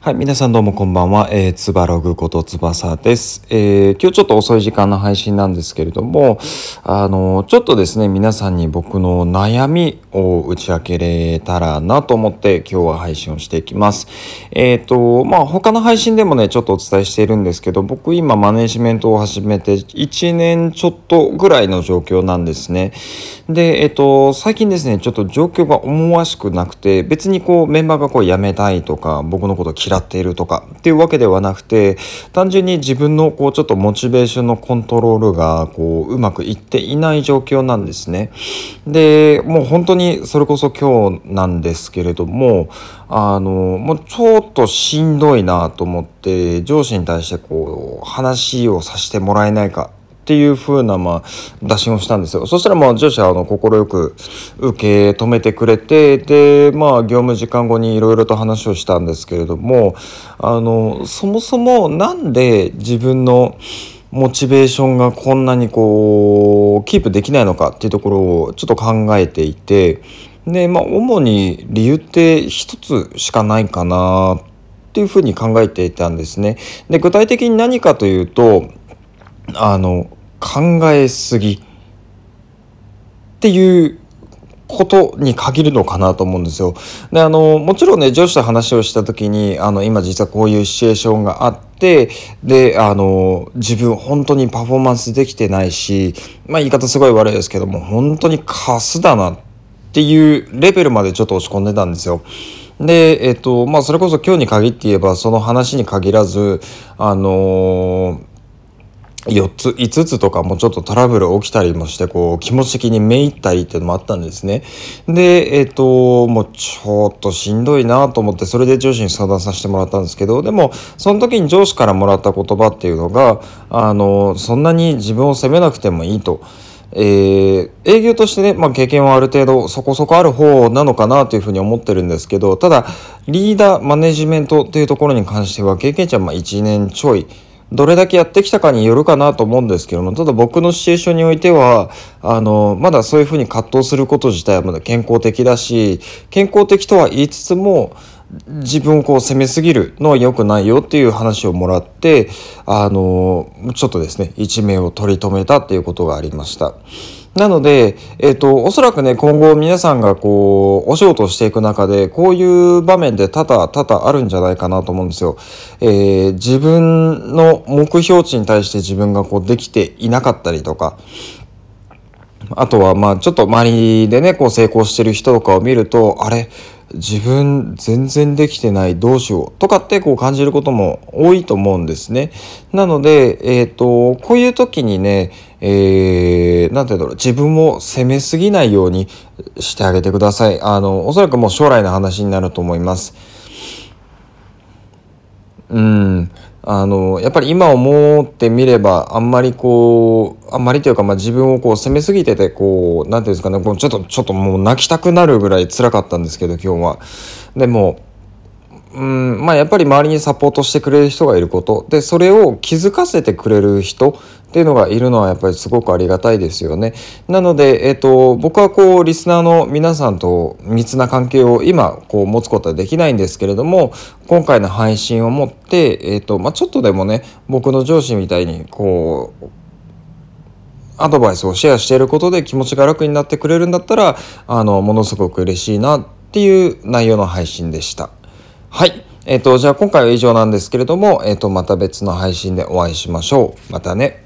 はい、皆さんどうもこんばんは。つばログことつばさです。今日ちょっと遅い時間の配信なんですけれども、ちょっとですね、皆さんに僕の悩みを打ち明けれたらなと思って今日は配信をしていきます。他の配信でもね、ちょっとお伝えしているんですけど、僕今マネジメントを始めて1年ちょっとぐらいの状況なんですね。で、最近ですね、ちょっと状況が思わしくなくて、別にメンバーが辞めたいとか、僕のことを嫌っているとかっていうわけではなくて、単純に自分のちょっとモチベーションのコントロールがうまくいっていない状況なんですね。で、もう本当にそれこそ今日なんですけれども、もうちょっとしんどいなと思って、上司に対して話をさせてもらえないかっていう風な打診をしたんですよ。そしたら上司は快く受け止めてくれて、で業務時間後にいろいろと話をしたんですけれども、そもそもなんで自分のモチベーションがこんなにキープできないのかっていうところをちょっと考えていて、で主に理由って一つしかないかなっていうふうに考えていたんですね。で、具体的に何かというと、考えすぎっていうことに限るのかなと思うんですよ。で、もちろんね、上司と話をした時に、今実はこういうシチュエーションがあって、で、自分本当にパフォーマンスできてないし、言い方すごい悪いですけども、本当にカスだなっていうレベルまでちょっと落ち込んでたんですよ。で、それこそ今日に限って言えば、その話に限らず、4つ5つとかもちょっとトラブル起きたりもして、気持ち的にめいったりっていうのもあったんですね。で、もうちょっとしんどいなと思って、それで上司に相談させてもらったんですけど、でもその時に上司からもらった言葉っていうのが、そんなに自分を責めなくてもいいと。営業としてね、経験はある程度そこそこある方なのかなというふうに思ってるんですけど、ただリーダーマネジメントっていうところに関しては経験値は1年ちょい、どれだけやってきたかによるかなと思うんですけども、ただ僕のシチュエーションにおいては、まだそういうふうに葛藤すること自体はまだ健康的だし、健康的とは言いつつも、自分を責めすぎるのは良くないよっていう話をもらって、ちょっとですね、一命を取り留めたっていうことがありました。なので、おそらくね、今後皆さんがお仕事をしていく中で、こういう場面で多々あるんじゃないかなと思うんですよ。自分の目標値に対して自分ができていなかったりとか、あとはちょっと周りでね、成功してる人とかを見ると、あれ、自分全然できてない、どうしようとかって感じることも多いと思うんですね。なので、こういう時にね、なんていうんだろう、自分を責めすぎないようにしてあげてください。おそらくもう将来の話になると思います。やっぱり今思ってみれば、あんまりというか、自分を責めすぎてて、なんていうんですかね、ちょっともう泣きたくなるぐらい辛かったんですけど、今日は。でも、やっぱり周りにサポートしてくれる人がいることで、それを気づかせてくれる人っていうのがいるのはやっぱりすごくありがたいですよね。なので、僕はリスナーの皆さんと密な関係を今持つことはできないんですけれども、今回の配信をもって、ちょっとでもね、僕の上司みたいにアドバイスをシェアしていることで気持ちが楽になってくれるんだったら、ものすごく嬉しいなっていう内容の配信でした。はい。じゃあ今回は以上なんですけれども、また別の配信でお会いしましょう。またね。